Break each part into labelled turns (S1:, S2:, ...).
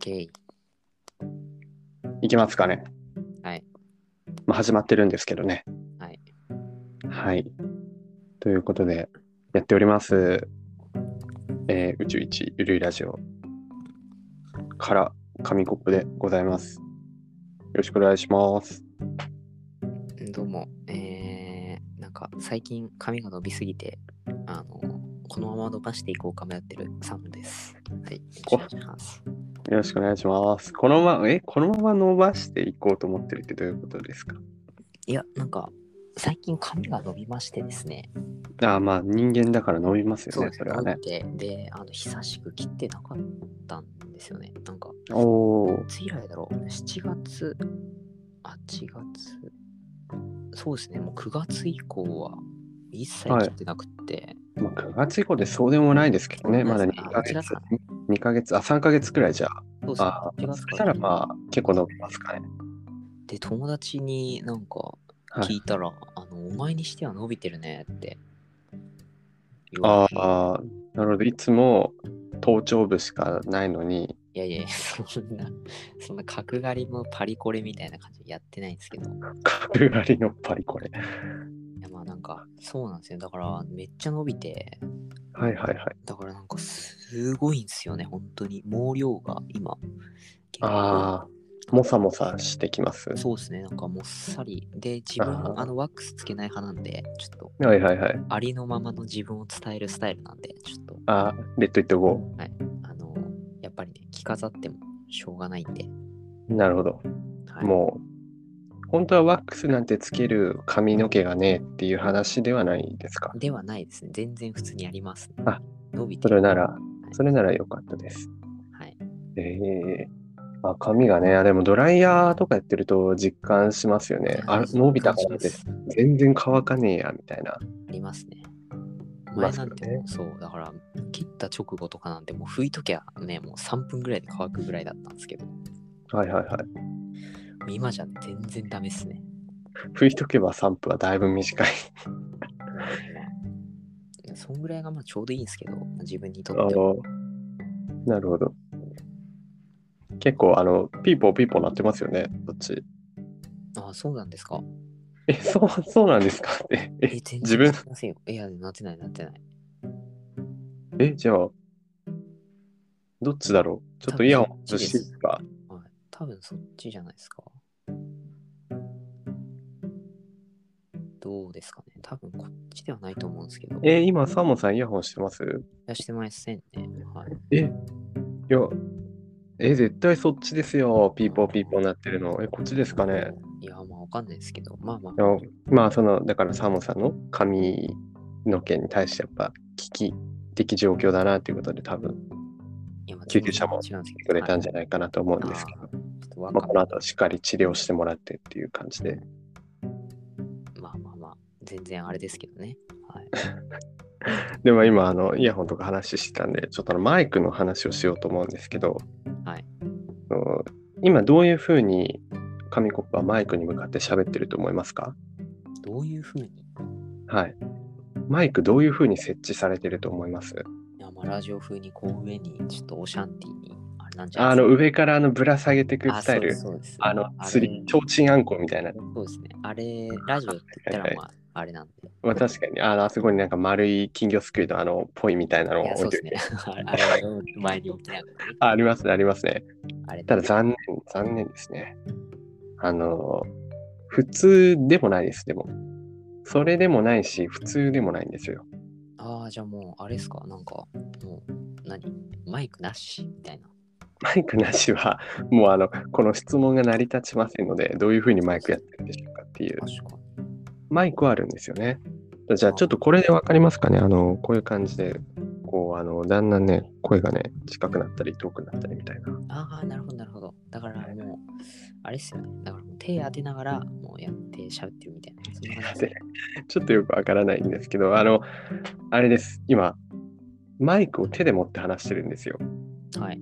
S1: OK。
S2: いきますかね。
S1: はい。
S2: 始まってるんですけどね。
S1: はい。
S2: はい。ということで、やっております。宇宙一ゆるいラジオから紙コップでございます。よろしくお願いします。
S1: どうも。なんか最近髪が伸びすぎて、このまま伸ばしていこうか迷ってるサムです。はい。よろしくお願いします。
S2: よろしくお願いします。このまま伸ばしていこうと思ってるってどういうことですか？
S1: いや、なんか最近髪が伸びましてですね。
S2: 人間だから伸びますよね、
S1: そうですね。
S2: それはね。
S1: 伸びて、で、久しく切ってなかったんですよね。なんか、
S2: おー。
S1: いつ以来だろう。7月、8月、そうですね。もう9月以降は一切
S2: はい。
S1: 切ってなくって、
S2: 9月以降でそうでもないですけどね。まだ
S1: そうでもないですか。
S2: 2ヶ
S1: 1月
S2: 月、
S1: かな。
S2: 2ヶ月、3ヶ月くらいじゃ。
S1: そうですね。1
S2: そ
S1: 月からで。
S2: したら結構伸びますかね。
S1: で、友達になんか
S2: はい。
S1: 聞いたら、お前にしては伸びてるねって言われ
S2: あ
S1: て、
S2: あ、なるほど。いつも頭頂部しかないのに、
S1: いやいや、そんな角刈りのパリコレみたいな感じでやってないんですけど、い
S2: 角刈りのパリこれ。
S1: やまあなんか、そうなんですよ。だからめっちゃ伸びて、
S2: はいはいはい。
S1: だからなんかすごいんですよね、本当に。毛量が今、結構、
S2: ああ、もさもさしてきます。
S1: そうですね、なんかもっさり。で、自分、
S2: あ
S1: ワックスつけない派なんで、ちょっと、
S2: あ、はいはいはい。
S1: ありのままの自分を伝えるスタイルなんで、ちょっと、
S2: ああ、レッドイットゴ
S1: はい。やっぱりね、着飾ってもしょうがないんで、
S2: ー。なるほど。
S1: はい。
S2: もう、本当はワックスなんてつける髪の毛がねっていう話ではないですか？
S1: ではないですね。全然普通にありますね。
S2: あ、
S1: 伸びてる。
S2: それなら、
S1: はい。
S2: それならよかったです。
S1: はい。
S2: 髪がね、でもドライヤーとかやってると実感しますよね。
S1: いやー、実
S2: 伸びた
S1: 感
S2: からって
S1: します。
S2: 全然乾かねえや、みたいな、
S1: ありますね。
S2: いま
S1: 前なんても
S2: すよね。
S1: うそう、だから切った直後とかなんてもう拭いときゃね、もう3分ぐらいで乾くぐらいだったんですけど、
S2: はいはいはい。
S1: 今じゃ全然ダメっすね。
S2: 拭いとけば3分はだいぶ短い。
S1: まあまあまあ。そんぐらいがまあちょうどいいんですけど、自分にとっては。
S2: あの、なるほど。結構、ピーポーピーポーなってますよね、こっち。
S1: ああ、そうなんですか。
S2: そうなんですかって。
S1: 全然
S2: 自分、
S1: 聞きませんよ。いや、なってない、なってない。
S2: じゃあ、どっちだろう。ちょっとイヤホン
S1: 多分そっち
S2: 外
S1: です。
S2: していいですか？
S1: はい。多分そっちじゃないですか。どうですかね。多分こっちではないと思うんですけど。
S2: 今、サーモンさんイヤホンしてます？
S1: 出してませんね。はい。
S2: いや、絶対そっちですよ。ピーポーピーポー
S1: あ
S2: なってるの。こっちですかね。
S1: いや、まあわかんないですけど。まあまあ
S2: いや
S1: まあ。
S2: だからサーモンさんの髪の毛に対してやっぱ危機的状況だなっていうことで多分
S1: いや、まあ全然
S2: 救急車も
S1: 違うんですけど。
S2: 来てくれ
S1: はい。
S2: たんじゃないかなと思うんです
S1: ああ、
S2: けど、
S1: ちょっとわかめ。
S2: この後しっかり治療してもらってっていう感じで。
S1: まあまあまあ。全然あれですけどね。はい。
S2: でも今イヤホンとか話してたんで、ちょっとマイクの話をしようと思うんですけど、
S1: はい。
S2: あの今どういうふうに紙コップはマイクに向かって喋ってると思いますか？
S1: どういうふうに
S2: はい。マイクどういうふうに設置されてると思います？
S1: いや、まあラジオ風にこう上に、ちょっとオシャンティーに、あれなんじゃないですか。
S2: 上からぶら下げていく
S1: あ、そうです、
S2: スタイル。
S1: そうです。あれ、
S2: ちょうちんあんこみたいな。
S1: そうですね。あれ、ラジオって言ったら
S2: はいはい。
S1: まあ、あれなんで。
S2: 確かに、あそこになんか丸い金魚すくいのポイみたいなの
S1: いや、そうですね。
S2: を置いておいて。
S1: あれを前に置きながらね。
S2: ありますね、ありますね。
S1: あれなんで。
S2: ただ残念ですね。あの、普通でもないです、でも。それでもないし、普通でもないんですよ。
S1: ああ、じゃあもう、あれですか、なんか、もう、マイクなしみたいな。
S2: マイクなしは、もうこの質問が成り立ちませんので、どういうふうにマイクやってるんでしょうかっていう。
S1: 確かに。
S2: マイクはあるんですよね。じゃあ
S1: あ
S2: ちょっとこれでわかりますかね。こういう感じで、だんだんね、声がね、近くなったり遠くなったりみたいな。
S1: あー、なるほど、なるほど。だからもう、あれっすよね。だからもう手当てながら、もうやって喋ってるみたいな。そんな感じです
S2: でちょっとよくわからないんですけど、あれです。今、マイクを手で持って話してるんですよ。
S1: ね。はい。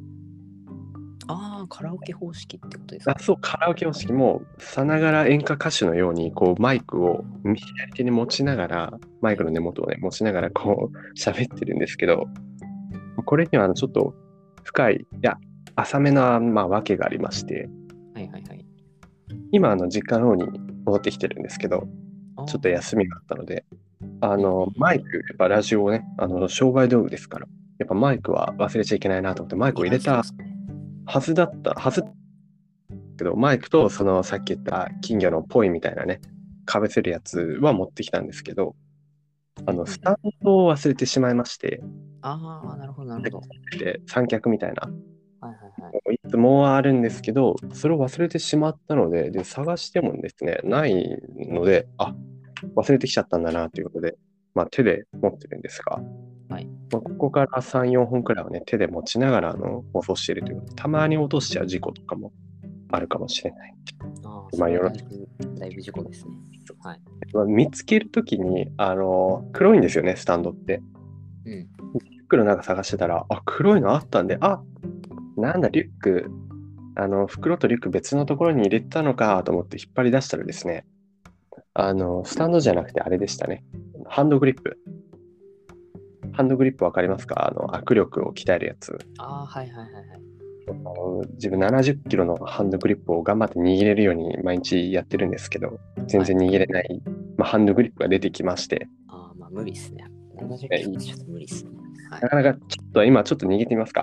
S1: ああ、カラオケ方式ってことですか。
S2: そう、カラオケ方式も、さながら演歌歌手のように、マイクを左手に持ちながら、マイクの根元をね、持ちながら、喋ってるんですけど、これにはちょっと深い、いや、 浅めな、まあ、訳がありまして、
S1: はいはいはい。
S2: 今、実家の方に戻ってきてるんですけど、ちょっと休みがあったので、マイク、やっぱラジオをね、商売道具ですから、やっぱマイクは忘れちゃいけないなと思って、マイクを入れたはずだけど、マイクと、さっき言った金魚のポイみたいなね、かぶせるやつは持ってきたんですけど、スタンドを忘れてしまいまして、
S1: ああ、なるほどなるほど。
S2: で、三脚みたいな、
S1: はいはいはい。
S2: いつもはあるんですけど、それを忘れてしまったので、探してもですね、ないので、忘れてきちゃったんだなということで、まあ、手で持ってるんですが、
S1: はい。
S2: まあ、ここから3、4本くらいはね、手で持ちながら放送しているということで、たまに落としちゃう事故とかもあるかもしれない。
S1: ああ、
S2: まあ、
S1: それは
S2: よろしく。
S1: だいぶ事故ですね。はい。
S2: まあ見つけるときに、黒いんですよね、スタンドって。
S1: うん。
S2: リュックの中探してたら、黒いのあったんで、なんだ、リュック、袋とリュック別のところに入れてたのかと思って引っ張り出したらですね、スタンドじゃなくてあれでしたね。ハンドグリップ。ハンドグリップわかりますか？握力を鍛えるやつ。
S1: ああ、はいはいはいはい。
S2: 自分70キロのハンドグリップを頑張って握れるように毎日やってるんですけど、全然握れない、ハンドグリップが出てきまして、
S1: ああ、まあ無理っすね。70キロってちょっと無理っすね。はい。
S2: なかなか今ちょっと握ってみますか。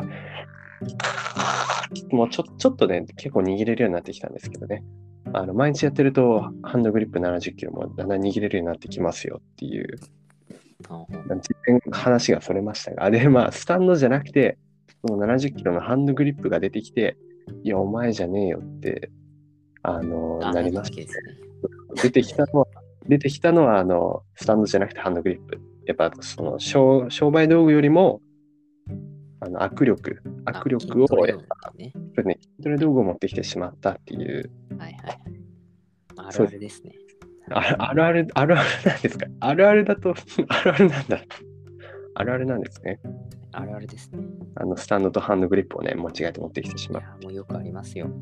S2: もうちょっとね、結構握れるようになってきたんですけどね。毎日やってると、ハンドグリップ70キロもだんだん握れるようになってきますよっていう、全然話がそれましたが、で、スタンドじゃなくて、その70キロのハンドグリップが出てきて、いや、お前じゃねえよって、なりましたね。出てきたのは、スタンドじゃなくてハンドグリップ。やっぱ、商売道具よりも、握力を、やっぱ、筋トレ道具を持ってきてしまったっていう。
S1: はいはいはい。あるあるですね。
S2: あるあるなんですか？あるあるだと、あるあるなんだ。あるあるなんですね。
S1: あるあるですね。
S2: スタンドとハンドグリップをね、間違えて持ってきてしまう。
S1: いや、もうよくありますよ。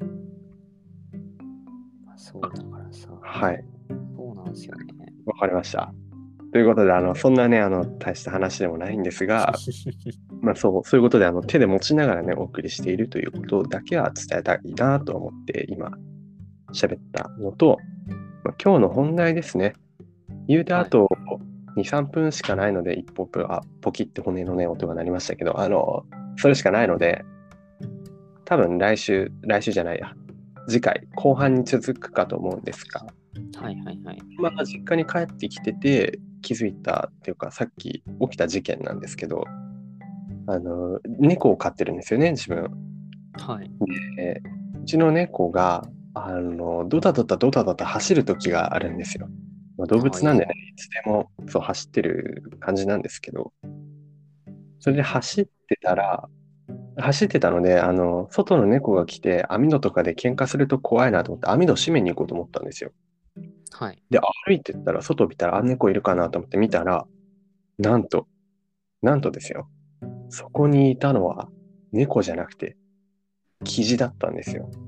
S1: そうだからさ。
S2: はい。
S1: そうなんですよね。
S2: わかりました。ということで、そんなね、大した話でもないんですが、そういうことで、手で持ちながらね、お送りしているということだけは伝えたいなと思って、今、喋ったのと、今日の本題ですね。言うてあと2、3分しかないので、ポキって骨のね、音が鳴りましたけど、それしかないので、多分来週じゃないや、次回、後半に続くかと思うんですが、
S1: はいはいはい。
S2: 実家に帰ってきてて気づいたっていうか、さっき起きた事件なんですけど、猫を飼ってるんですよね、自分。
S1: はい。
S2: で、うちの猫が、ドタドタ走る時があるんですよ。動物なんでね、いつでもそう走ってる感じなんですけど、それで走ってたので、外の猫が来て網戸とかで喧嘩すると怖いなと思って網戸閉めに行こうと思ったんですよ。
S1: はい。
S2: で、歩いてったら、外見たら、猫いるかなと思って見たら、なんとですよ。そこにいたのは猫じゃなくて、キジだったんですよ。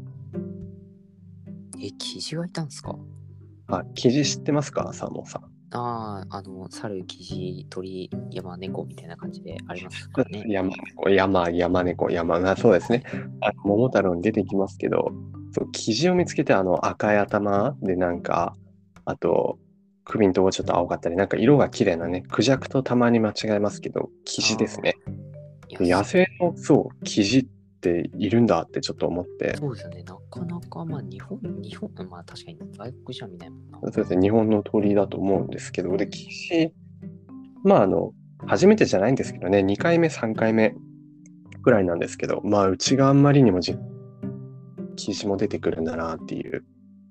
S1: キジがいたんですか？
S2: キジ知ってますか、サーモンさん。
S1: 猿、キジ、鳥、山、猫みたいな感じでありますかね。
S2: 山猫、そうですね。桃太郎に出てきますけど、そう、キジを見つけて、赤い頭であと、首のとこちょっと青かったり、色が綺麗なね、クジャクとたまに間違えますけど、キジですね。野生の、キジっているんだってちょっと思って。
S1: そうですよね。なかなか、日本、確かに外国じゃ見ないもんな。
S2: そうですね、日本の鳥だと思うんですけど、で、キジ、初めてじゃないんですけどね、2回目、3回目くらいなんですけど、うちがあんまりにもキジも出てくるんだなっていう。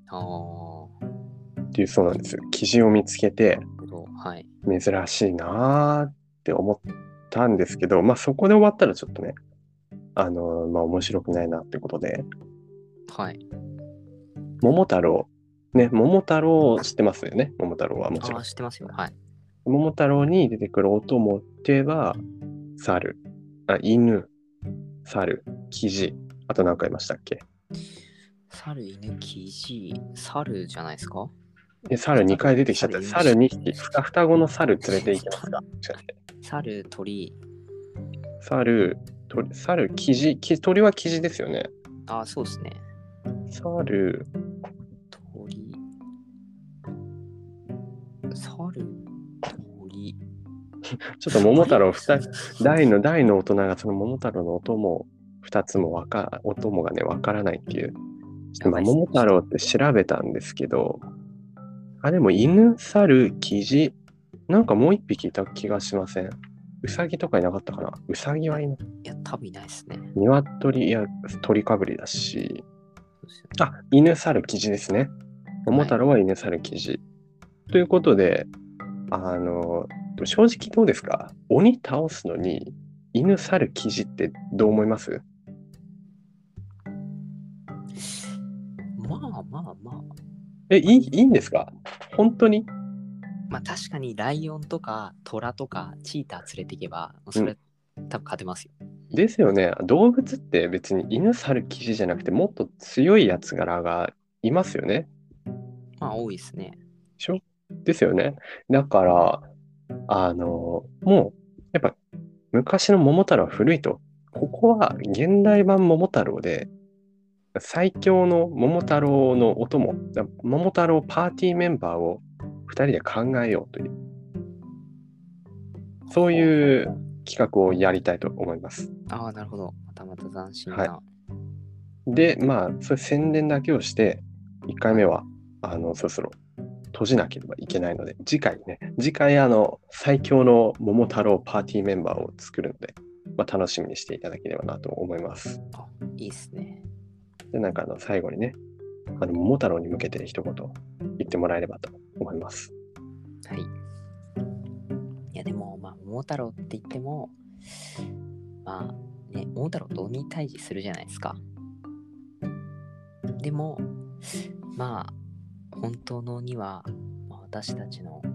S2: そうなんです。キジを見つけて、
S1: はい、
S2: 珍しいなって思ったんですけど、そこで終わったらちょっとね、面白くないなってことで、
S1: はい。
S2: 桃太郎知ってますよね。桃太郎はもちろん。
S1: 知ってますよ。はい。
S2: 桃太郎に出てくるお供っては、犬、猿、キジ、あと何かいましたっけ？
S1: 猿、犬、キジ、猿じゃないですか？
S2: 猿2回出てきちゃった。猿2匹、双子の猿連れて行けますか？
S1: 猿、鳥。
S2: 猿、 猿、キジ、鳥はキジですよね。
S1: あ、そうですね。
S2: 猿、
S1: 鳥、猿、鳥。
S2: ちょっと桃太郎大の大人がその桃太郎の音も2つも音もがね、わからないっていう。ちょっと桃太郎って調べたんですけど、でも犬、猿、キジ、なんかもう一匹いた気がしません？ウサギとかいなかったかな？ウサギはいない。
S1: いや、多分いないですね。
S2: 鶏、いや、鳥かぶりだし。
S1: そうですよね。
S2: 犬、猿、キジですね。桃太郎は犬、猿、キジ。ということで、正直どうですか？鬼倒すのに犬、猿、キジってどう思います？
S1: まあまあまあ。
S2: いいんですか？本当に？
S1: まあ確かにライオンとかトラとかチーター連れていけば、それ多分勝てますよ。
S2: ですよね。動物って別に犬、猿、キジじゃなくてもっと強いやつ柄がいますよね。
S1: まあ多いですね。
S2: ですよね。だから、もう、やっぱ昔の桃太郎は古いと。ここは現代版桃太郎で、最強の桃太郎のお供、桃太郎パーティーメンバーを2人で考えようという、そういう企画をやりたいと思います。
S1: ああ、なるほど。またまた斬新な。
S2: はい。で、そういう宣伝だけをして、1回目は、そろそろ閉じなければいけないので、次回、最強の桃太郎パーティーメンバーを作るので、楽しみにしていただければなと思います。
S1: あ、いいですね。
S2: で、最後にね、桃太郎に向けて一言言ってもらえればと思います。
S1: はい。いや、でも、桃太郎って言っても、桃太郎と鬼退治するじゃないですか。でも、本当の鬼は、私たちの